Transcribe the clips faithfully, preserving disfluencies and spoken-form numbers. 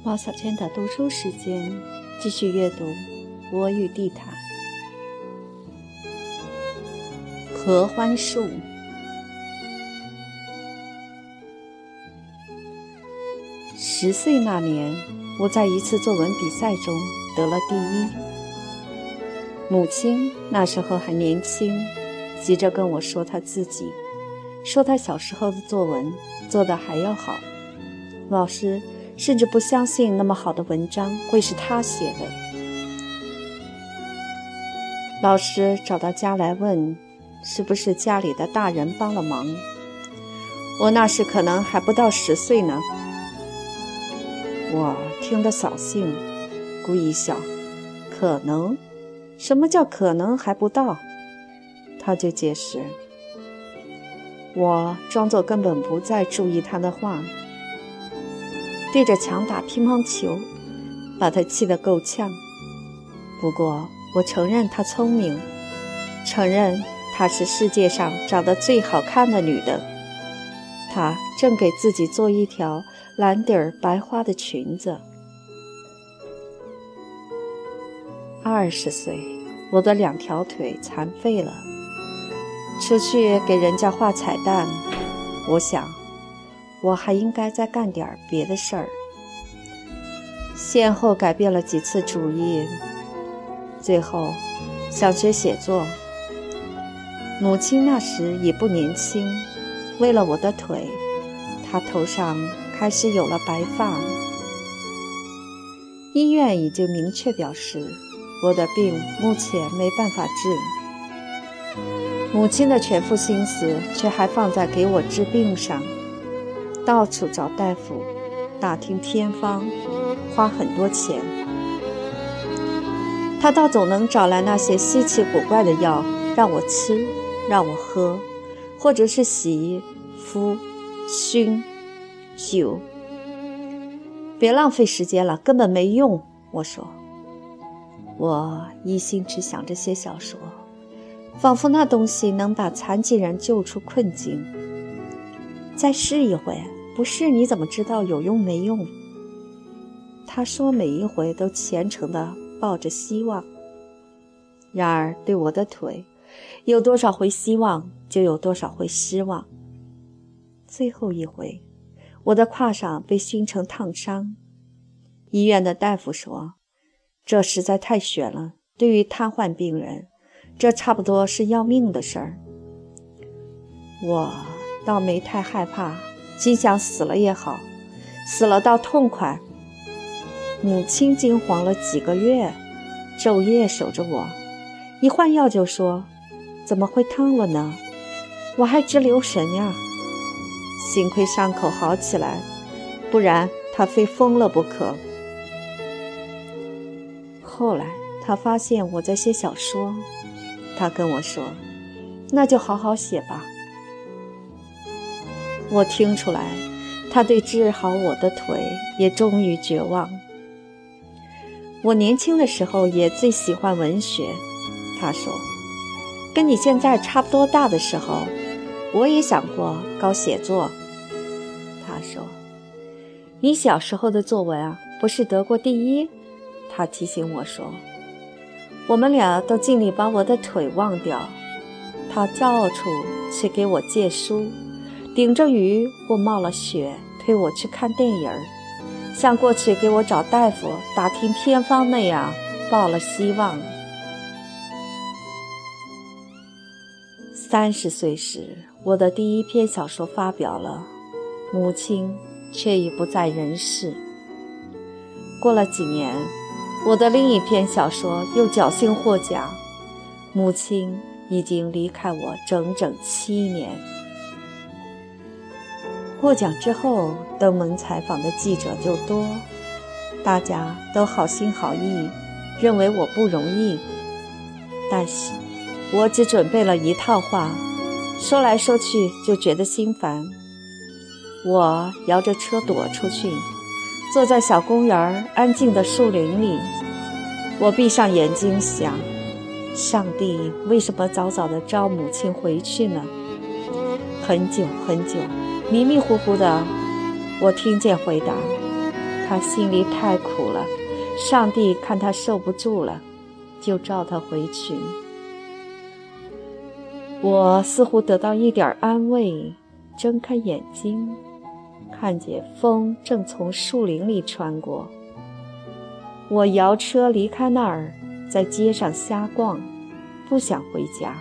毛小娟的读书时间，继续阅读《我与地毯》。合欢树。十岁那年，我在一次作文比赛中得了第一。母亲那时候还年轻，急着跟我说她自己，说她小时候的作文做得还要好，老师甚至不相信那么好的文章会是她写的。老师找到家来问，是不是家里的大人帮了忙。我那时可能还不到十岁呢。我听得扫兴，故意笑，可能？什么叫可能还不到？他就解释。我装作根本不再注意他的话，对着墙打乒乓球，把他气得够呛。不过我承认他聪明，承认她是世界上长得最好看的女的。她正给自己做一条蓝底儿白花的裙子。二十岁，我的两条腿残废了，出去给人家画彩蛋。我想，我还应该再干点别的事儿。先后改变了几次主意，最后想学写作。母亲那时已不年轻，为了我的腿，她头上开始有了白发。医院已经明确表示，我的病目前没办法治。母亲的全副心思却还放在给我治病上，到处找大夫，打听偏方，花很多钱。她倒总能找来那些稀奇古怪的药让我吃，让我喝，或者是洗、敷、熏、灸。别浪费时间了，根本没用，我说。我一心只想着写小说，仿佛那东西能把残疾人救出困境。再试一回，不试你怎么知道有用没用？他说每一回都虔诚地抱着希望。然而对我的腿，有多少回希望，就有多少回失望。最后一回，我的胯上被熏成烫伤。医院的大夫说，这实在太悬了，对于瘫痪病人，这差不多是要命的事儿。我倒没太害怕，心想死了也好，死了倒痛快。母亲惊慌了几个月，昼夜守着我，一换药就说，怎么会烫了呢？我还直留神呀。幸亏伤口好起来，不然他非疯了不可。后来他发现我在写小说，他跟我说，那就好好写吧。我听出来，他对治好我的腿也终于绝望。我年轻的时候也最喜欢文学，他说，跟你现在差不多大的时候，我也想过搞写作。他说，你小时候的作文啊，不是得过第一？他提醒我说，我们俩都尽力把我的腿忘掉。他到处去给我借书，顶着雨或冒了雪推我去看电影，像过去给我找大夫打听偏方那样抱了希望。三十岁时，我的第一篇小说发表了，母亲却已不在人世。过了几年，我的另一篇小说又侥幸获奖，母亲已经离开我整整七年。获奖之后，登门采访的记者就多，大家都好心好意，认为我不容易。但是我只准备了一套话，说来说去就觉得心烦。我摇着车躲出去，坐在小公园安静的树林里。我闭上眼睛想，上帝为什么早早地召母亲回去呢？很久很久，迷迷糊糊的，我听见回答， 他心里太苦了，上帝看他受不住了，就召他回去。我似乎得到一点安慰，睁开眼睛，看见风正从树林里穿过。我摇车离开那儿，在街上瞎逛，不想回家。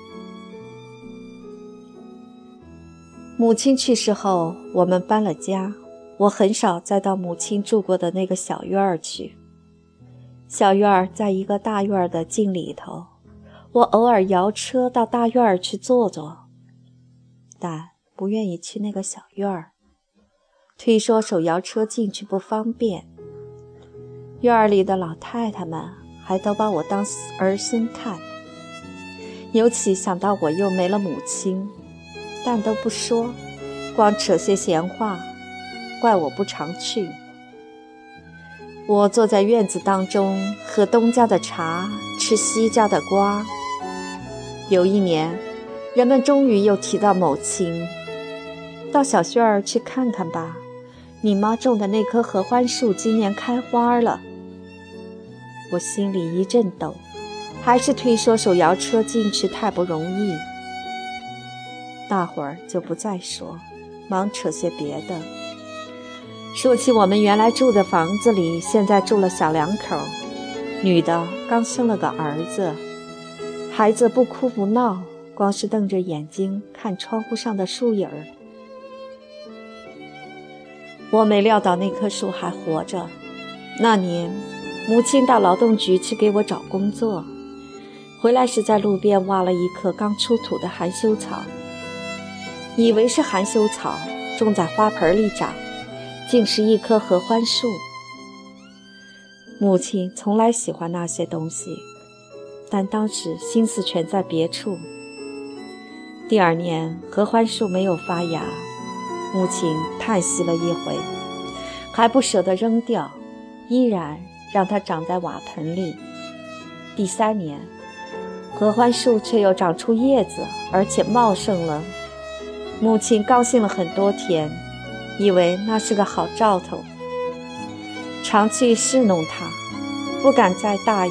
母亲去世后，我们搬了家，我很少再到母亲住过的那个小院儿去。小院儿在一个大院的近里头，我偶尔摇车到大院儿去坐坐，但不愿意去那个小院儿，推说手摇车进去不方便。院儿里的老太太们还都把我当儿孙看，尤其想到我又没了母亲，但都不说，光扯些闲话，怪我不常去。我坐在院子当中，喝东家的茶，吃西家的瓜。有一年，人们终于又提到母亲，到小院儿去看看吧，你妈种的那棵合欢树今年开花了。我心里一阵抖，还是推说手摇车进去太不容易。大伙儿就不再说，忙扯些别的，说起我们原来住的房子里，现在住了小两口，女的刚生了个儿子，孩子不哭不闹，光是瞪着眼睛看窗户上的树影儿。我没料到那棵树还活着。那年母亲到劳动局去给我找工作，回来时在路边挖了一棵刚出土的含羞草，以为是含羞草，种在花盆里长，竟是一棵合欢树。母亲从来喜欢那些东西，但当时心思全在别处。第二年合欢树没有发芽，母亲叹息了一回，还不舍得扔掉，依然让它长在瓦盆里。第三年合欢树却又长出叶子，而且茂盛了。母亲高兴了很多天，以为那是个好兆头，常去侍弄它，不敢再大意。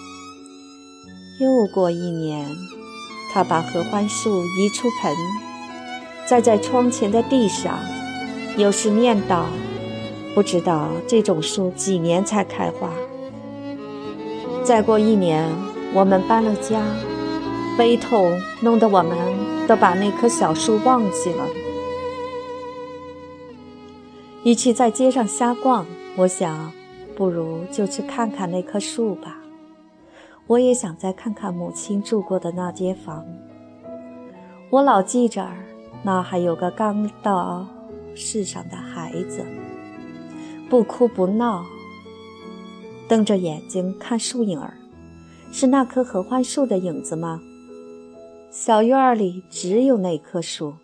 又过一年，她把合欢树移出盆，栽在窗前的地上，有时念叨，不知道这种树几年才开花。再过一年，我们搬了家，悲痛弄得我们都把那棵小树忘记了。与其在街上瞎逛，我想不如就去看看那棵树吧。我也想再看看母亲住过的那间房。我老记着那还有个刚到世上的孩子，不哭不闹，瞪着眼睛看树影儿。是那棵合欢树的影子吗？小院里只有那棵树。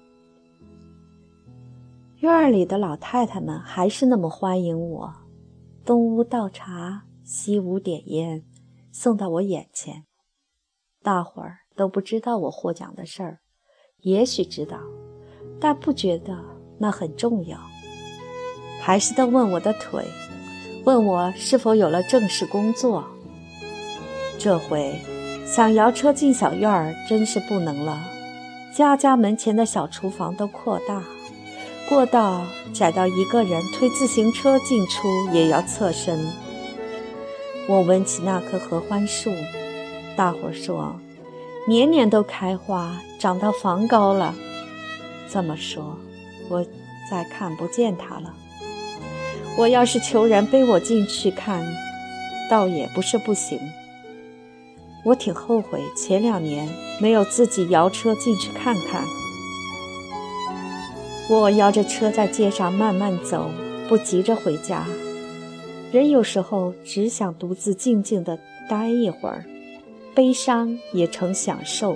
院里的老太太们还是那么欢迎我，东屋倒茶，西屋点烟，送到我眼前。大伙儿都不知道我获奖的事儿，也许知道，但不觉得那很重要。还是都问我的腿，问我是否有了正式工作。这回想摇车进小院儿真是不能了，家家门前的小厨房都扩大，过道窄到一个人推自行车进出也要侧身。我闻起那棵合欢树，大伙儿说年年都开花，长到房高了。这么说，我再看不见它了。我要是求人背我进去看，倒也不是不行。我挺后悔前两年没有自己摇车进去看看。我摇着车在街上慢慢走，不急着回家。人有时候只想独自静静地待一会儿，悲伤也成享受。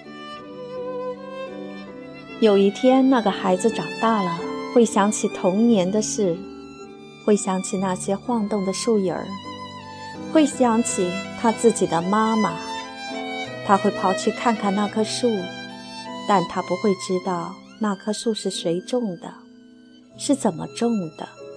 有一天那个孩子长大了，会想起童年的事，会想起那些晃动的树影儿，会想起他自己的妈妈。他会跑去看看那棵树，但他不会知道那棵树是谁种的，是怎么种的。